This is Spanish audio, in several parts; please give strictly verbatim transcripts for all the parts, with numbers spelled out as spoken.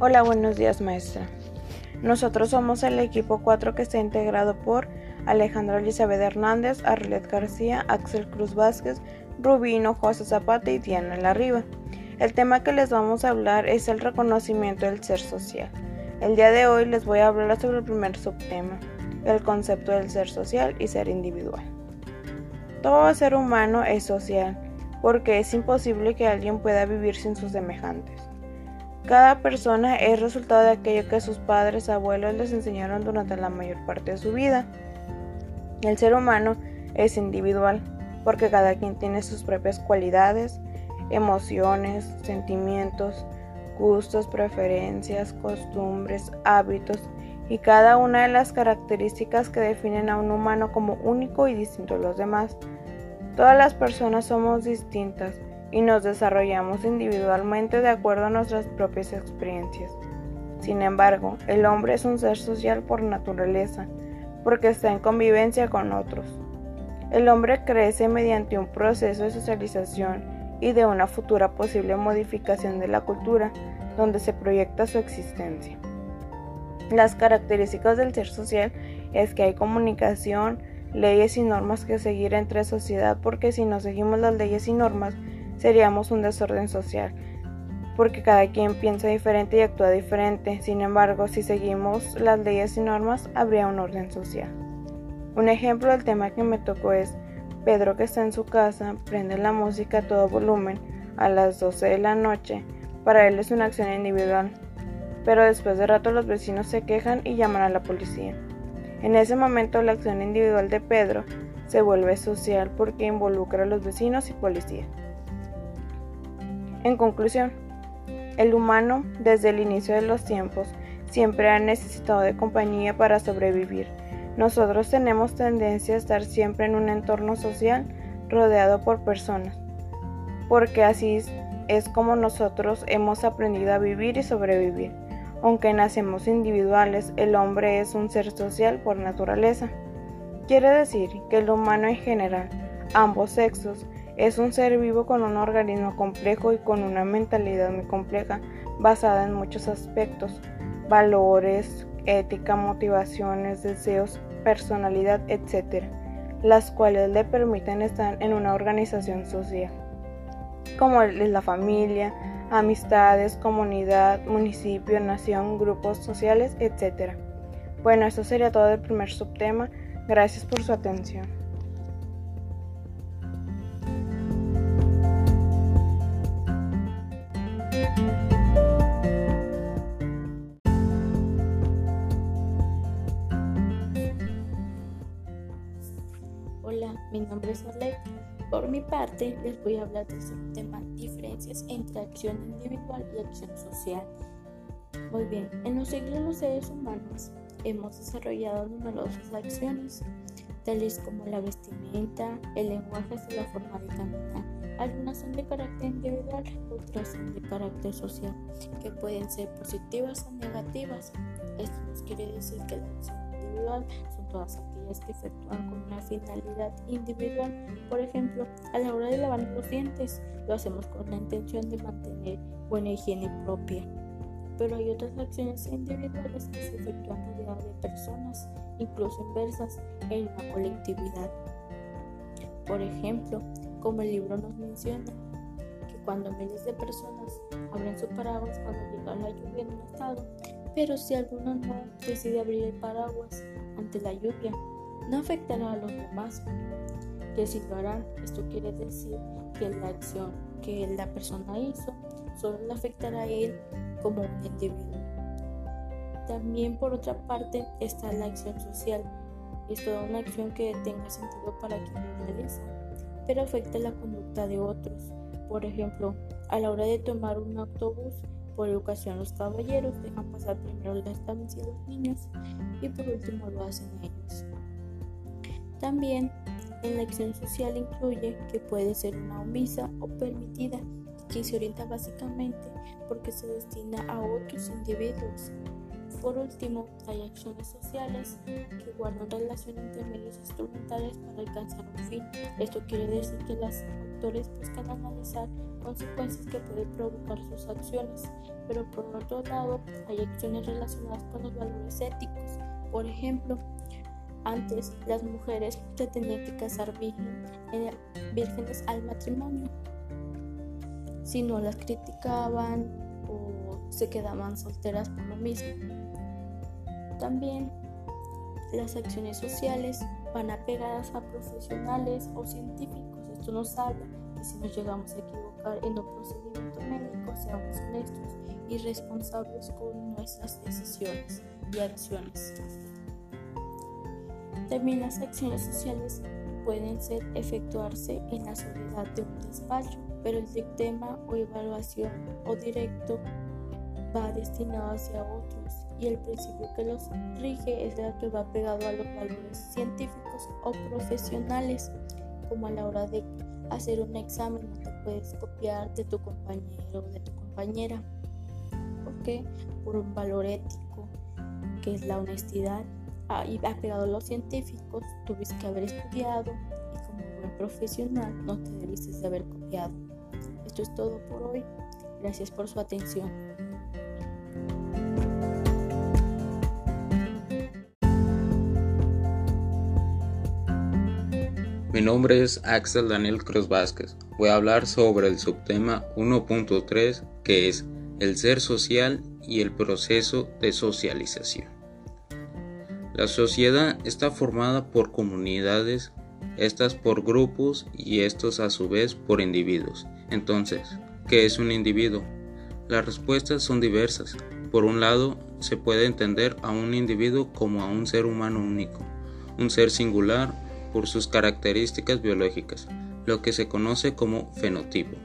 Hola, buenos días, maestra. Nosotros somos el equipo cuatro que está integrado por Alejandra Elizabeth Hernández, Arlet García, Axel Cruz Vázquez, Rubino José Zapata y Diana Larriba. El tema que les vamos a hablar es el reconocimiento del ser social. El día de hoy les voy a hablar sobre el primer subtema, el concepto del ser social y ser individual. Todo ser humano es social, porque es imposible que alguien pueda vivir sin sus semejantes. Cada persona es resultado de aquello que sus padres, abuelos les enseñaron durante la mayor parte de su vida. El ser humano es individual, porque cada quien tiene sus propias cualidades, emociones, sentimientos, gustos, preferencias, costumbres, hábitos y cada una de las características que definen a un humano como único y distinto a los demás. Todas las personas somos distintas y nos desarrollamos individualmente de acuerdo a nuestras propias experiencias. Sin embargo, el hombre es un ser social por naturaleza, porque está en convivencia con otros. El hombre crece mediante un proceso de socialización y de una futura posible modificación de la cultura, donde se proyecta su existencia. Las características del ser social es que hay comunicación, leyes y normas que seguir entre sociedad, porque si no seguimos las leyes y normas, seríamos un desorden social, porque cada quien piensa diferente y actúa diferente. Sin embargo, si seguimos las leyes y normas, habría un orden social. Un ejemplo del tema que me tocó es Pedro, que está en su casa, prende la música a todo volumen a las doce de la noche. Para él es una acción individual, pero después de rato los vecinos se quejan y llaman a la policía. En ese momento la acción individual de Pedro se vuelve social porque involucra a los vecinos y policía. En conclusión, el humano, desde el inicio de los tiempos, siempre ha necesitado de compañía para sobrevivir. Nosotros tenemos tendencia a estar siempre en un entorno social rodeado por personas, porque así es como nosotros hemos aprendido a vivir y sobrevivir. Aunque nacemos individuales, el hombre es un ser social por naturaleza. Quiere decir que el humano en general, ambos sexos, es un ser vivo con un organismo complejo y con una mentalidad muy compleja, basada en muchos aspectos: valores, ética, motivaciones, deseos, personalidad, etcétera, las cuales le permiten estar en una organización social, como es la familia, amistades, comunidad, municipio, nación, grupos sociales, etcétera. Bueno, esto sería todo del primer subtema. Gracias por su atención. Hola, mi nombre es Arlet. Por mi parte, les voy a hablar del subtema diferencias entre acción individual y acción social. Muy bien, en los siglos los seres humanos hemos desarrollado numerosas acciones, tales como la vestimenta, el lenguaje hasta la forma de caminar. Algunas son de carácter individual, otras son de carácter social, que pueden ser positivas o negativas. Esto nos quiere decir que la acción individual son todas aquellas que efectúan con una finalidad individual. Por ejemplo, a la hora de lavar los dientes, lo hacemos con la intención de mantener buena higiene propia. Pero hay otras acciones individuales que se efectúan rodeadas de personas, incluso inversas, en una colectividad. Por ejemplo, como el libro nos menciona, que cuando miles de personas abren su paraguas cuando llega la lluvia en un estado, pero si alguno no decide abrir el paraguas ante la lluvia, no afectará a los demás, que si lo harán. Esto quiere decir que la acción que la persona hizo solo le afectará a él como un individuo. También, por otra parte, está la acción social. Es toda una acción que tenga sentido para quien lo realiza, pero afecta la conducta de otros. Por ejemplo, a la hora de tomar un autobús, por educación los caballeros dejan pasar primero las damas y los niños y por último lo hacen ellos. También en la acción social incluye que puede ser una omisa o permitida, que se orienta básicamente porque se destina a otros individuos. por último, hay acciones sociales que guardan relación entre medios instrumentales para alcanzar un fin. Esto quiere decir que los autores buscan analizar consecuencias que pueden provocar sus acciones, pero por otro lado, hay acciones relacionadas con los valores éticos. Por ejemplo, antes las mujeres se tenían que casar virgen, eh, vírgenes al matrimonio. Si no las criticaban o se quedaban solteras por lo mismo. También las acciones sociales van apegadas a profesionales o científicos. Esto nos habla que si nos llegamos a equivocar en un procedimiento médico, seamos honestos y responsables con nuestras decisiones y acciones. También las acciones sociales pueden ser efectuarse en la soledad de un despacho, pero el dictema o evaluación o directo va destinado hacia otros y el principio que los rige es el que va pegado a los valores científicos o profesionales, como a la hora de hacer un examen no te puedes copiar de tu compañero o de tu compañera. ¿Por qué? Por un valor ético que es la honestidad. Ah, y apegado a los científicos, tuviste que haber estudiado y como buen profesional no te debiste de haber copiado. Esto es todo por hoy. Gracias por su atención. Mi nombre es Axel Daniel Cruz Vázquez. Voy a hablar sobre el subtema uno punto tres, que es el ser social y el proceso de socialización. La sociedad está formada por comunidades, estas por grupos y estos a su vez por individuos. Entonces, ¿qué es un individuo? Las respuestas son diversas. Por un lado, se puede entender a un individuo como a un ser humano único, un ser singular por sus características biológicas, lo que se conoce como fenotipo.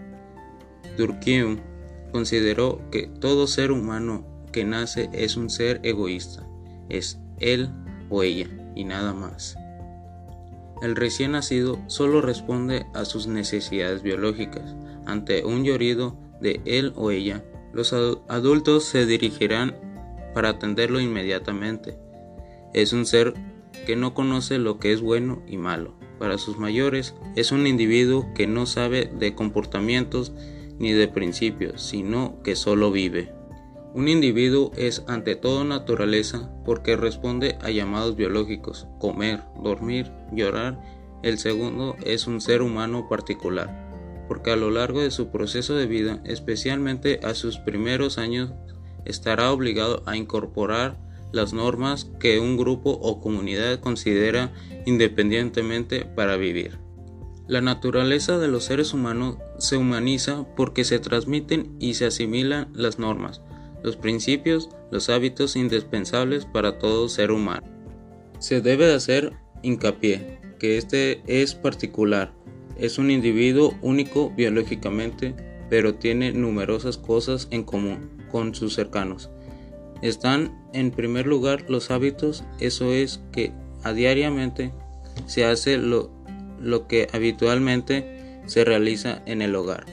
Durkheim consideró que todo ser humano que nace es un ser egoísta, es él o ella y nada más. El recién nacido solo responde a sus necesidades biológicas. Ante un llorido de él o ella, los adultos se dirigirán para atenderlo inmediatamente. Es un ser que no conoce lo que es bueno y malo. Para sus mayores, es un individuo que no sabe de comportamientos ni de principios, sino que solo vive. Un individuo es ante todo naturaleza porque responde a llamados biológicos, comer, dormir, llorar. El segundo es un ser humano particular, porque a lo largo de su proceso de vida, especialmente a sus primeros años, estará obligado a incorporar las normas que un grupo o comunidad considera independientemente para vivir. La naturaleza de los seres humanos se humaniza porque se transmiten y se asimilan las normas, los principios, los hábitos indispensables para todo ser humano. Se debe hacer hincapié que este es particular, es un individuo único biológicamente, pero tiene numerosas cosas en común con sus cercanos. Están en primer lugar los hábitos, eso es que a diariamente se hace lo, lo que habitualmente se realiza en el hogar.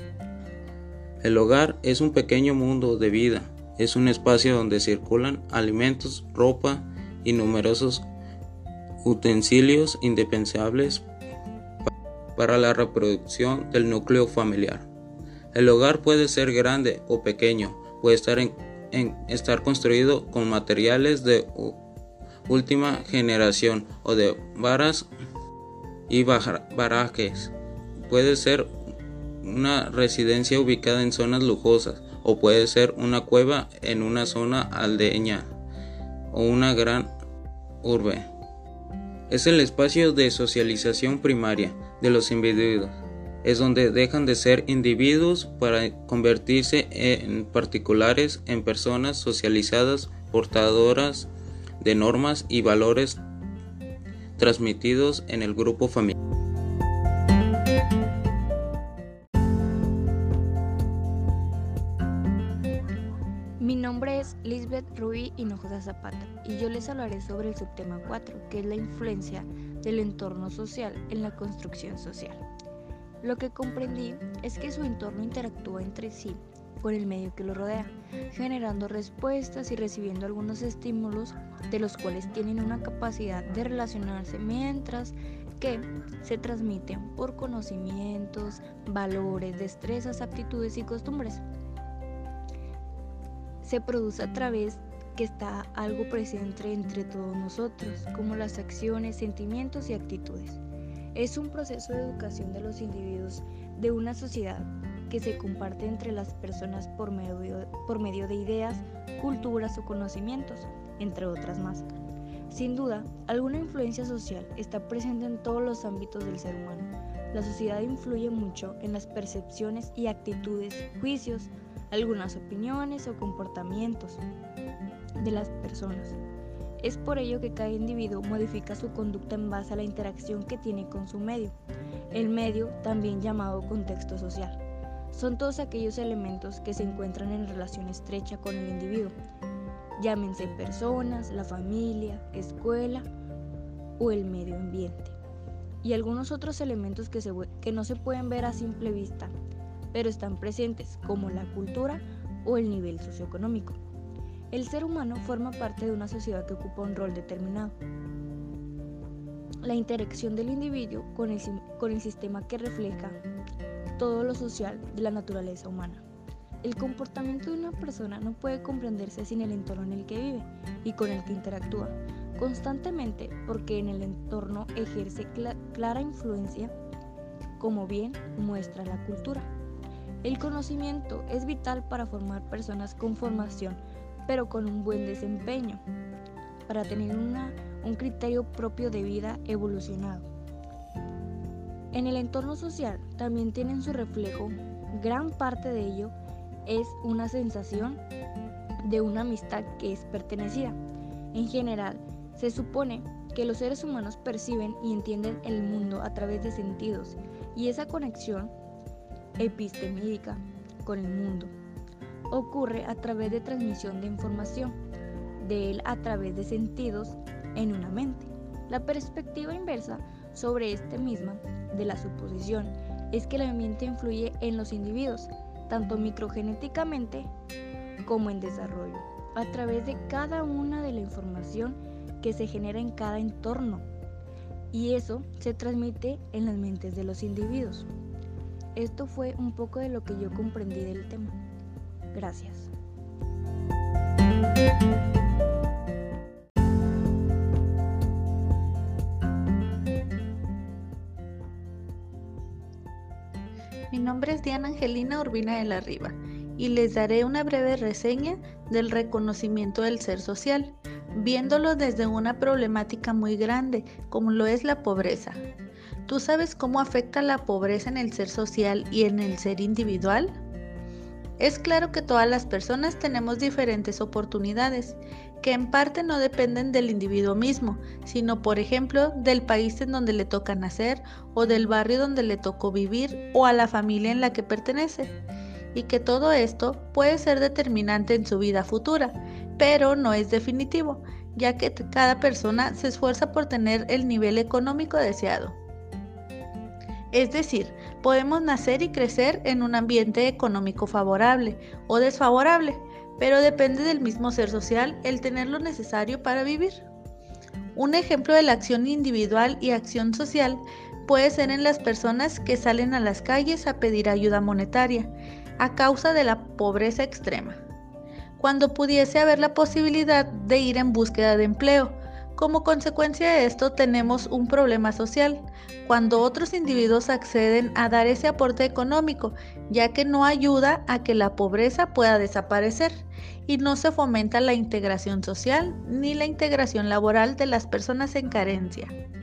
El hogar es un pequeño mundo de vida. Es un espacio donde circulan alimentos, ropa y numerosos utensilios indispensables para la reproducción del núcleo familiar. El hogar puede ser grande o pequeño, puede estar, en, en, estar construido con materiales de u, última generación o de varas y barajes. Puede ser una residencia ubicada en zonas lujosas, o puede ser una cueva en una zona aldeña o una gran urbe. Es el espacio de socialización primaria de los individuos. Es donde dejan de ser individuos para convertirse en particulares, en personas socializadas, portadoras de normas y valores transmitidos en el grupo familiar. Mi nombre es Lisbeth Rubí Hinojosa Zapata y yo les hablaré sobre el subtema cuatro, que es la influencia del entorno social en la construcción social. Lo que comprendí es que su entorno interactúa entre sí con el medio que lo rodea, generando respuestas y recibiendo algunos estímulos de los cuales tienen una capacidad de relacionarse, mientras que se transmiten por conocimientos, valores, destrezas, aptitudes y costumbres. Se produce a través que está algo presente entre todos nosotros, como las acciones, sentimientos y actitudes. Es un proceso de educación de los individuos de una sociedad que se comparte entre las personas por medio, por medio de ideas, culturas o conocimientos, entre otras más. Sin duda, alguna influencia social está presente en todos los ámbitos del ser humano. La sociedad influye mucho en las percepciones y actitudes, juicios, algunas opiniones o comportamientos de las personas. Es por ello que cada individuo modifica su conducta en base a la interacción que tiene con su medio. El medio, también llamado contexto social, son todos aquellos elementos que se encuentran en relación estrecha con el individuo, llámense personas, la familia, escuela o el medio ambiente, y algunos otros elementos que, se, que no se pueden ver a simple vista, pero están presentes, como la cultura o el nivel socioeconómico. El ser humano forma parte de una sociedad que ocupa un rol determinado. La interacción del individuo con el, con el sistema que refleja todo lo social de la naturaleza humana. El comportamiento de una persona no puede comprenderse sin el entorno en el que vive y con el que interactúa constantemente, porque en el entorno ejerce cl- clara influencia, como bien muestra la cultura. El conocimiento es vital para formar personas con formación, pero con un buen desempeño, para tener una, un criterio propio de vida evolucionado. En el entorno social también tienen su reflejo, gran parte de ello es una sensación de una amistad que es pertenecida. En general, se supone que los seres humanos perciben y entienden el mundo a través de sentidos, y esa conexión epistemológica con el mundo ocurre a través de transmisión de información de él a través de sentidos en una mente. La perspectiva inversa sobre este misma de la suposición es que el ambiente influye en los individuos, tanto microgenéticamente como en desarrollo, a través de cada una de la información que se genera en cada entorno, y eso se transmite en las mentes de los individuos. Esto fue un poco de lo que yo comprendí del tema. Gracias. Mi nombre es Diana Angelina Urbina de la Riva y les daré una breve reseña del reconocimiento del ser social, viéndolo desde una problemática muy grande como lo es la pobreza. ¿Tú sabes cómo afecta la pobreza en el ser social y en el ser individual? Es claro que todas las personas tenemos diferentes oportunidades, que en parte no dependen del individuo mismo, sino por ejemplo del país en donde le toca nacer o del barrio donde le tocó vivir o a la familia en la que pertenece, y que todo esto puede ser determinante en su vida futura, pero no es definitivo, ya que cada persona se esfuerza por tener el nivel económico deseado. Es decir, podemos nacer y crecer en un ambiente económico favorable o desfavorable, pero depende del mismo ser social el tener lo necesario para vivir. Un ejemplo de la acción individual y acción social puede ser en las personas que salen a las calles a pedir ayuda monetaria a causa de la pobreza extrema, cuando pudiese haber la posibilidad de ir en búsqueda de empleo. Como consecuencia de esto tenemos un problema social, cuando otros individuos acceden a dar ese aporte económico, ya que no ayuda a que la pobreza pueda desaparecer y no se fomenta la integración social ni la integración laboral de las personas en carencia.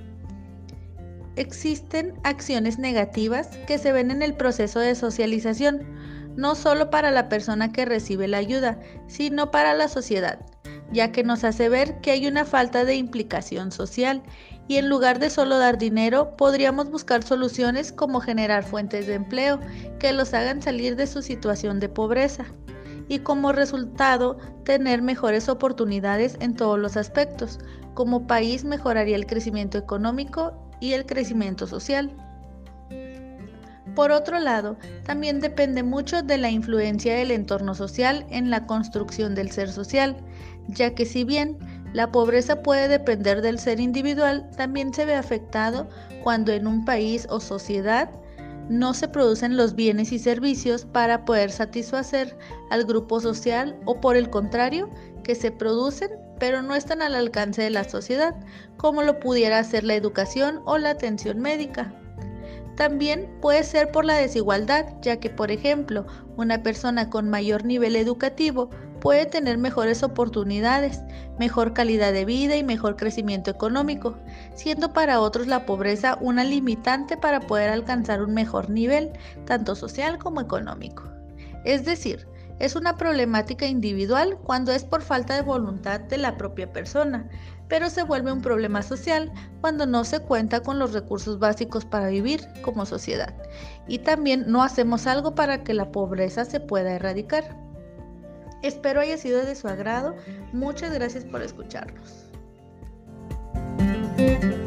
Existen acciones negativas que se ven en el proceso de socialización, no solo para la persona que recibe la ayuda, sino para la sociedad, ya que nos hace ver que hay una falta de implicación social y en lugar de solo dar dinero, podríamos buscar soluciones como generar fuentes de empleo que los hagan salir de su situación de pobreza y como resultado tener mejores oportunidades en todos los aspectos. Como país mejoraría el crecimiento económico y el crecimiento social. Por otro lado, también depende mucho de la influencia del entorno social en la construcción del ser social, ya que si bien la pobreza puede depender del ser individual, también se ve afectado cuando en un país o sociedad no se producen los bienes y servicios para poder satisfacer al grupo social, o por el contrario, que se producen pero no están al alcance de la sociedad, como lo pudiera ser la educación o la atención médica. También puede ser por la desigualdad, ya que, por ejemplo, una persona con mayor nivel educativo puede tener mejores oportunidades, mejor calidad de vida y mejor crecimiento económico, siendo para otros la pobreza una limitante para poder alcanzar un mejor nivel, tanto social como económico. Es decir, es una problemática individual cuando es por falta de voluntad de la propia persona, pero se vuelve un problema social cuando no se cuenta con los recursos básicos para vivir como sociedad, y también no hacemos algo para que la pobreza se pueda erradicar. Espero haya sido de su agrado. Muchas gracias por escucharnos.